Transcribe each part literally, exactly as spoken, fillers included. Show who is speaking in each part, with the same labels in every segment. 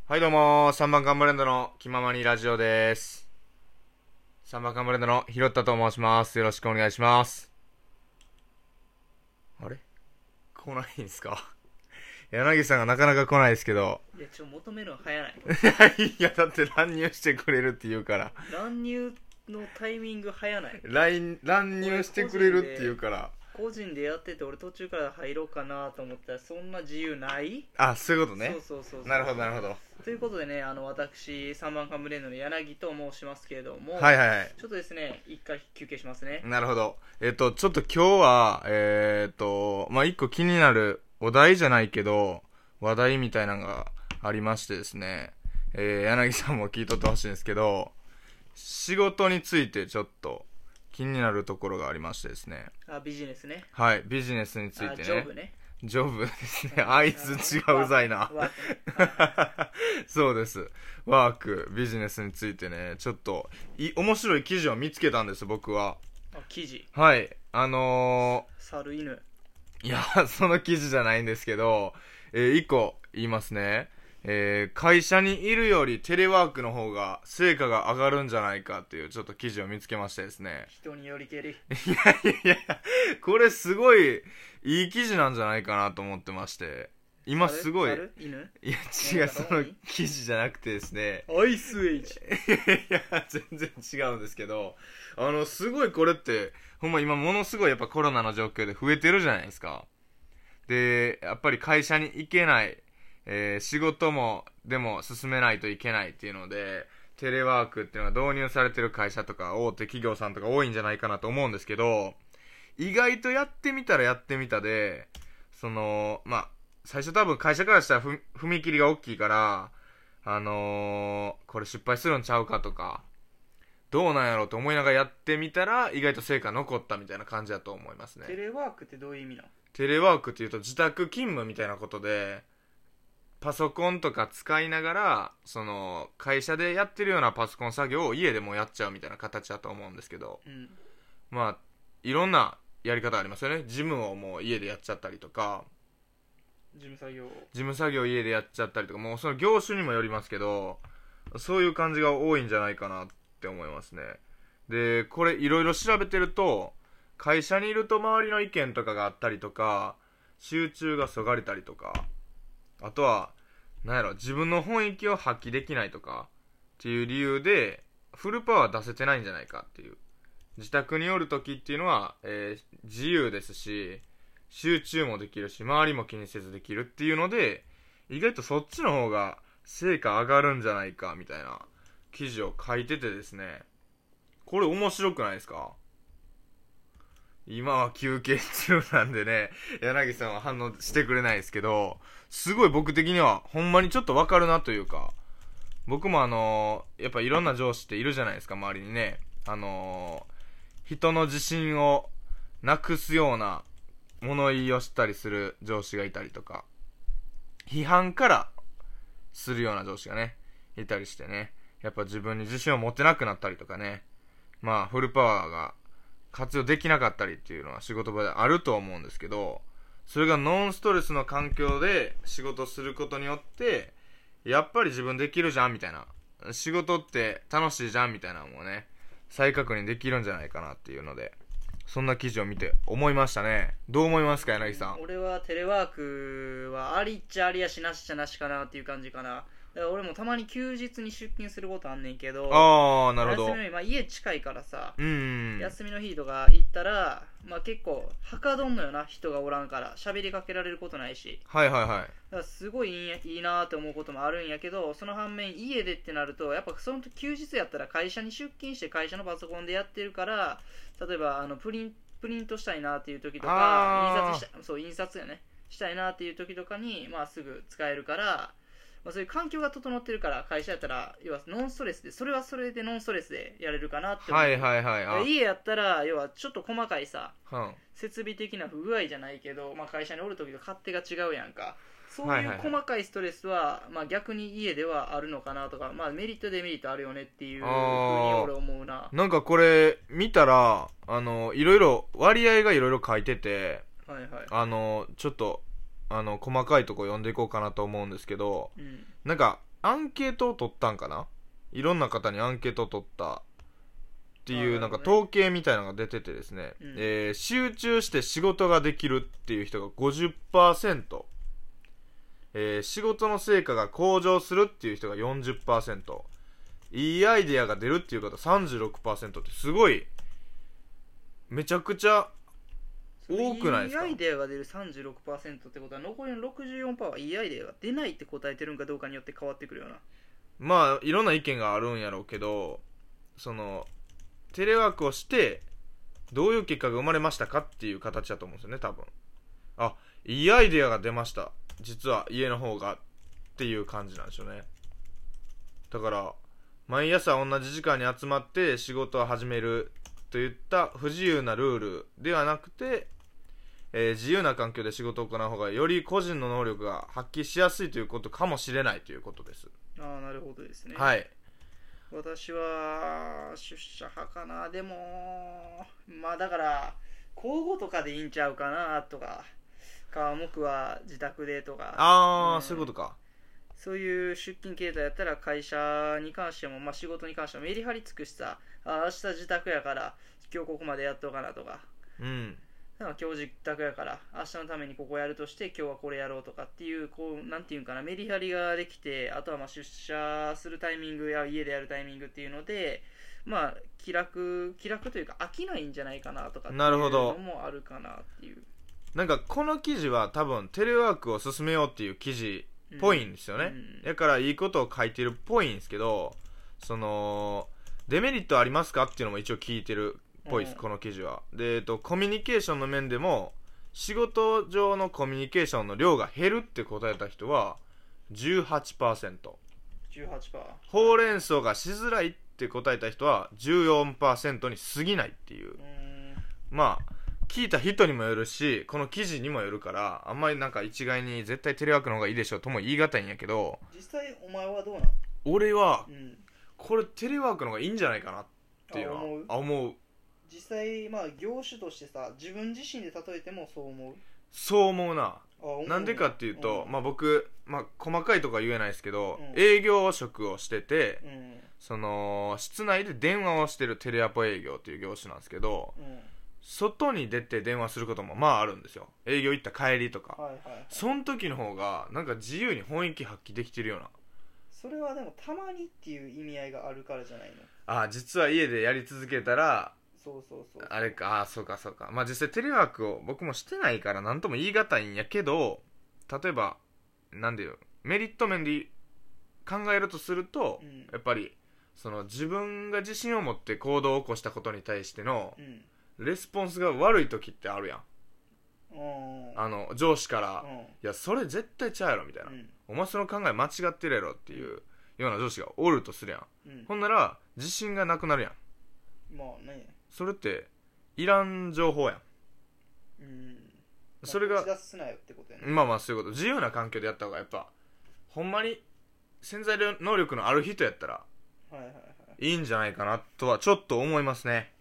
Speaker 1: はいどうもー、さんばんカンブレンドの気ままにラジオです。さんばんカンブレンドのひろったと申します。よろしくお願いします。あれ来ないんすか？柳さんがなかなか来ないですけど。
Speaker 2: いや、ちょ、求めるの早ない。
Speaker 1: いや、だって乱入してくれるって言うから。
Speaker 2: 乱入のタイミング早ない。
Speaker 1: 乱乱入してくれるって言うから。
Speaker 2: 個人でやってて俺途中から入ろうかなと思ったらそんな自由ない？
Speaker 1: あ、そういうことね。
Speaker 2: そうそうそうそう。
Speaker 1: なるほどなるほど。
Speaker 2: ということでね、あの私さんばんカンブレンドの柳と申しますけれども、
Speaker 1: はいはいはい。
Speaker 2: ちょっとですね、一回休憩しますね。
Speaker 1: なるほど。えっと、ちょっと今日は、えー、っと、まあ、一個気になるお題じゃないけど、話題みたいなのがありましてですね、えー、柳さんも聞いとってほしいんですけど、仕事についてちょっと気になるところがありましてですね。
Speaker 2: あ、ビジネスね。
Speaker 1: はい、ビジネスについてね。
Speaker 2: あ、ジョブね。
Speaker 1: ジョブですね。あいつ違ううざいな。そうです。ワーク、ビジネスについてね、ちょっとい面白い記事を見つけたんです、僕は。
Speaker 2: あ、記事。
Speaker 1: はい。あの
Speaker 2: ー、猿犬。
Speaker 1: いや、その記事じゃないんですけど、えー、一個言いますね。えー、会社にいるよりテレワークの方が成果が上がるんじゃないかっていうちょっと記事を見つけましてですね。
Speaker 2: 人によりけり。い
Speaker 1: やいやいや、これすごいいい記事なんじゃないかなと思ってまして。今すごい。
Speaker 2: 犬
Speaker 1: いや違う、その記事じゃなくてですね。
Speaker 2: アイスエイジ。
Speaker 1: いや、全然違うんですけど、あの、すごいこれって、ほんま今ものすごいやっぱコロナの状況で増えてるじゃないですか。で、やっぱり会社に行けない、えー、仕事も、でも進めないといけないっていうので、テレワークっていうのが導入されてる会社とか大手企業さんとか多いんじゃないかなと思うんですけど、意外とやってみたらやってみたで、その、まあ、最初多分会社からしたらふ踏切が大きいから、あのー、これ失敗するんちゃうかとか、どうなんやろうと思いながらやってみたら、意外と成果残ったみたいな感じだと思いますね。
Speaker 2: テレワークってどういう意味なの？
Speaker 1: テレワークっていうと自宅勤務みたいなことで、パソコンとか使いながら、その、会社でやってるようなパソコン作業を家でもやっちゃうみたいな形だと思うんですけど、
Speaker 2: うん、
Speaker 1: まあ、いろんなやり方ありますよね。事務をもう家でやっちゃったりとか、
Speaker 2: 事務作業事
Speaker 1: 務作業家でやっちゃったりとか、もうその業種にもよりますけど、そういう感じが多いんじゃないかなって思いますね。で、これいろいろ調べてると、会社にいると周りの意見とかがあったりとか、集中がそがれたりとか、あとは、なんやろ、自分の本意を発揮できないとかっていう理由でフルパワー出せてないんじゃないかっていう。自宅におるときっていうのは、えー、自由ですし、集中もできるし、周りも気にせずできるっていうので、意外とそっちの方が成果上がるんじゃないかみたいな記事を書いててですね、これ面白くないですか？今は休憩中なんでね、柳さんは反応してくれないですけど、すごい僕的にはほんまにちょっとわかるなというか、僕もあのー、やっぱいろんな上司っているじゃないですか、周りにね。あのー、人の自信をなくすような物言いをしたりする上司がいたりとか、批判からするような上司がね、いたりしてね、やっぱ自分に自信を持ってなくなったりとかね、まあフルパワーが活用できなかったりっていうのは仕事場であると思うんですけど、それがノンストレスの環境で仕事することによってやっぱり自分できるじゃんみたいな、仕事って楽しいじゃんみたいなのもね、再確認できるんじゃないかなっていうので、そんな記事を見て思いましたね。どう思いますか、柳さん？
Speaker 2: 俺はテレワークはありっちゃありやしなしちゃなしかなっていう感じかな。だから俺もたまに休日に出勤することあんねんけど、
Speaker 1: ああ、なるほど。
Speaker 2: 休みの日、まあ、家近いからさ、
Speaker 1: うん、
Speaker 2: 休みの日とか行ったら、まあ、結構はかどんのよな、人がおらんから喋りかけられることないし、
Speaker 1: はいはいはい。
Speaker 2: だからすごいいい、いいなって思うこともあるんやけど、その反面家でってなるとやっぱその休日やったら会社に出勤して会社のパソコンでやってるから、例えばあのプリンプリントしたいなっていう時とか、印刷したそう印刷やねしたいなっていう時とかに、まあ、すぐ使えるから、まあ、そういう環境が整ってるから会社やったら要はノンストレスで、それはそれでノンストレスでやれるかなって思う。
Speaker 1: はいはいはい。あ、
Speaker 2: 家やったら要はちょっと細かいさ、
Speaker 1: うん、
Speaker 2: 設備的な不具合じゃないけど、まあ、会社におる時と勝手が違うやんか。そういう細かいストレスは、まあ、逆に家ではあるのかなとか、まあ、メリットデメリットあるよねっていうふうに俺思うな。
Speaker 1: なんかこれ見たら、あのいろいろ割合がいろいろ書いてて、
Speaker 2: はいはい、
Speaker 1: あのちょっとあの細かいとこ読んでいこうかなと思うんですけど、
Speaker 2: うん、
Speaker 1: なんかアンケートを取ったんかな、いろんな方にアンケートを取ったっていうなんか統計みたいなのが出ててですね、
Speaker 2: うん、
Speaker 1: えー、集中して仕事ができるっていう人が ごじゅっパーセント、えー、仕事の成果が向上するっていう人が よんじゅっパーセント、 いいアイデアが出るっていう方 さんじゅうろくパーセント ってすごいめちゃくちゃ多くないですか。
Speaker 2: いいアイデアが出る さんじゅうろくパーセント ってことは残りの ろくじゅうよんパーセント はいいアイデアが出ないって答えてるんかどうかによって変わってくるような。
Speaker 1: まあいろんな意見があるんやろうけど、そのテレワークをしてどういう結果が生まれましたかっていう形だと思うんですよね多分。あ、いいアイデアが出ました、実は家の方がっていう感じなんでしょうね。だから毎朝同じ時間に集まって仕事を始めるといった不自由なルールではなくて、えー、自由な環境で仕事を行う方がより個人の能力が発揮しやすいということかもしれないということです。
Speaker 2: ああ、なるほどですね。
Speaker 1: はい。
Speaker 2: 私は出社派かな。でもまあだから交互とかでいいんちゃうかなとか、科目は自宅でとか、
Speaker 1: ああ、
Speaker 2: うん、
Speaker 1: そういうことか。
Speaker 2: そういう出勤形態やったら会社に関しても、まあ、仕事に関してもメリハリつくしさ、あ明日自宅やから今日ここまでやっとかなとか、
Speaker 1: うん。
Speaker 2: 今日自宅やから明日のためにここやるとして今日はこれやろうとかっていう、こうなんていうんかな、メリハリができて、あとはまあ出社するタイミングや家でやるタイミングっていうので、まあ気楽気楽というか飽きないんじゃないかなとかっていうのもあるかなっていう。
Speaker 1: なんかこの記事は多分テレワークを進めようっていう記事っぽいんですよね、うん、だからいいことを書いてるっぽいんですけど、そのデメリットありますかっていうのも一応聞いてるっぽいです、うん、この記事は。で、えっと、コミュニケーションの面でも仕事上のコミュニケーションの量が減るって答えた人は じゅうはちパーセント、
Speaker 2: じゅうはちパーセント、
Speaker 1: ほうれん草がしづらいって答えた人は じゅうよんパーセント に過ぎないっていう、うん、まあ聞いた人にもよるしこの記事にもよるから、あんまりなんか一概に絶対テレワークの方がいいでしょとも言い難いんやけど、
Speaker 2: 実際お前はどうなん？
Speaker 1: 俺は、うん、これテレワークの方がいいんじゃないかなっていうのは思う。あ、思う。
Speaker 2: 実際まあ業種としてさ、自分自身で例えてもそう思う？
Speaker 1: そう思うな。なんでかっていうと、うん、まあ僕、まあ、細かいとか言えないですけど、うん、営業職をしてて、うん、その室内で電話をしてるテレアポ営業っていう業種なんですけど、うん、外に出て電話することもまああるんですよ。営業行った帰りとか、はいはいはい、その時の方がなんか自由に本域発揮できてるような。
Speaker 2: それはでもたまにっていう意味合いがあるからじゃないの？
Speaker 1: ああ、実は家でやり続けたら、
Speaker 2: そうそうそうそう、
Speaker 1: あれか、ああそうかそうか。まあ実際テレワークを僕もしてないから何とも言い難いんやけど、例えばなんでよ、メリット面で考えるとすると、うん、やっぱりその自分が自信を持って行動を起こしたことに対しての、うん、レスポンスが悪い時ってあるやん。あの上司から、いやそれ絶対ちゃうやろみたいな、うん、お前その考え間違ってるやろっていうような上司がおるとするやん、うん、ほんなら自信がなくなるやん。まあね、それっていらん情報やん、うん、それが
Speaker 2: 口出すなよってことやね。
Speaker 1: まあまあそういうこと。自由な環境でやった方がやっぱほんまに潜在能力のある人やったら、はいはいはい、いいんじゃないかなとはちょっと思いますね。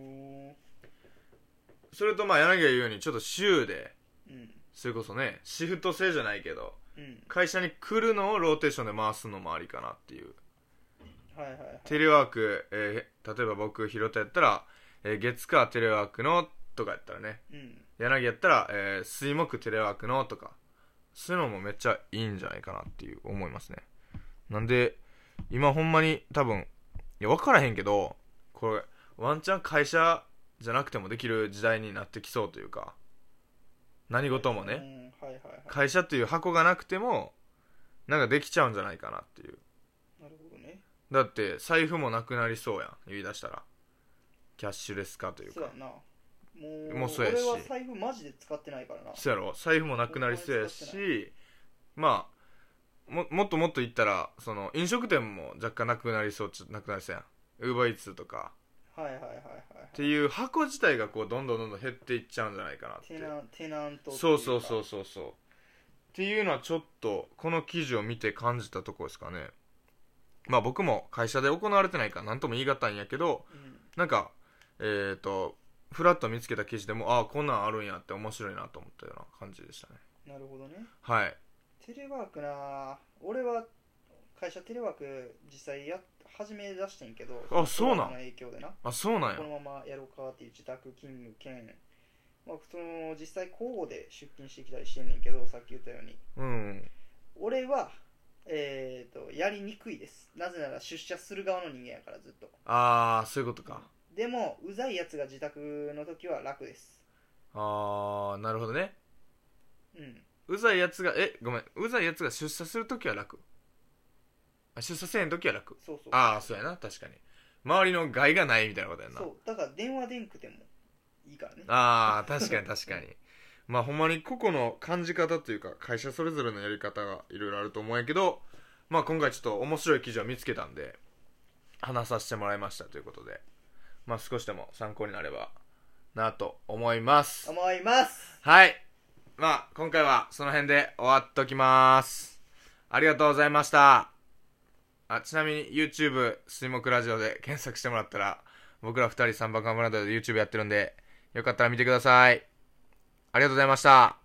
Speaker 1: それとまあ柳が言うようにちょっと週で、うん、それこそねシフト制じゃないけど、うん、会社に来るのをローテーションで回すのもありかなっていう、はいはいはい、テレワーク、えー、例えば僕ヒロトやったら、えー、月火テレワークのとかやったらね、うん、柳やったら、えー、水木テレワークのとか、そういうのもめっちゃいいんじゃないかなっていう思いますね。なんで今ほんまに多分いや分からへんけど、これワンチャン会社じゃなくてもできる時代になってきそうというか、何事もね、はいはいはい、会社っていう箱がなくてもなんかできちゃうんじゃないかなっていう。
Speaker 2: なるほどね。
Speaker 1: だって財布もなくなりそうやん、言い出したらキャッシュレス化というか。
Speaker 2: そうやな、もう、もうそうやし、俺は財布マジで使ってないからな。
Speaker 1: そうやろ、財布もなくなりそうやし、まあ も, もっともっと言ったらその飲食店も若干なくなりそう、ちょっとなくなりそうやん、ウーバーイーツとか、はいはいはいはい、っていう箱自体がこうどんどんどんどん減っていっちゃうんじゃないかなって。テナン、テナント、そうそうそうそうそうっていうのはちょっとこの記事を見て感じたところですかね。まあ僕も会社で行われてないから何とも言い難いんやけど、うん、なんかえっ、ー、とフラッと見つけた記事でも、ああこんなんあるんやって面白いなと思ったような感じでしたね。
Speaker 2: なるほどね。
Speaker 1: はい。
Speaker 2: テレワークな、俺は会社テレワーク実際や始め出してんけど、
Speaker 1: あ、そうなん。
Speaker 2: コロナの影響でな。
Speaker 1: あ、そうなんや。
Speaker 2: このままやろうかっていう自宅勤務兼、まあ、その実際交互で出勤してきたりしてんねんけど、さっき言ったように。
Speaker 1: うん。
Speaker 2: 俺は、えーと、やりにくいです。なぜなら出社する側の人間やからずっと。
Speaker 1: ああ、そういうことか。
Speaker 2: でも、うざいやつが自宅の時は楽です。
Speaker 1: ああ、なるほどね。
Speaker 2: うん。
Speaker 1: うざいやつが、え、ごめん。うざいやつが出社するときは楽。あ、出社せんときは楽。
Speaker 2: そうそう。
Speaker 1: ああ、そうやな。確かに。周りの害がないみたいなことやんな。
Speaker 2: そう。だから電話でんくてもいいからね。
Speaker 1: ああ、確かに確かに。まあほんまに個々の感じ方というか、会社それぞれのやり方がいろいろあると思うんやけど、まあ今回ちょっと面白い記事を見つけたんで、話させてもらいましたということで、まあ少しでも参考になればなと思います。
Speaker 2: 思います。
Speaker 1: はい。まあ今回はその辺で終わっときます。ありがとうございました。あ、ちなみに YouTube 水木ラジオで検索してもらったら、僕らふたりさんばか村で YouTube やってるんで、よかったら見てください。ありがとうございました。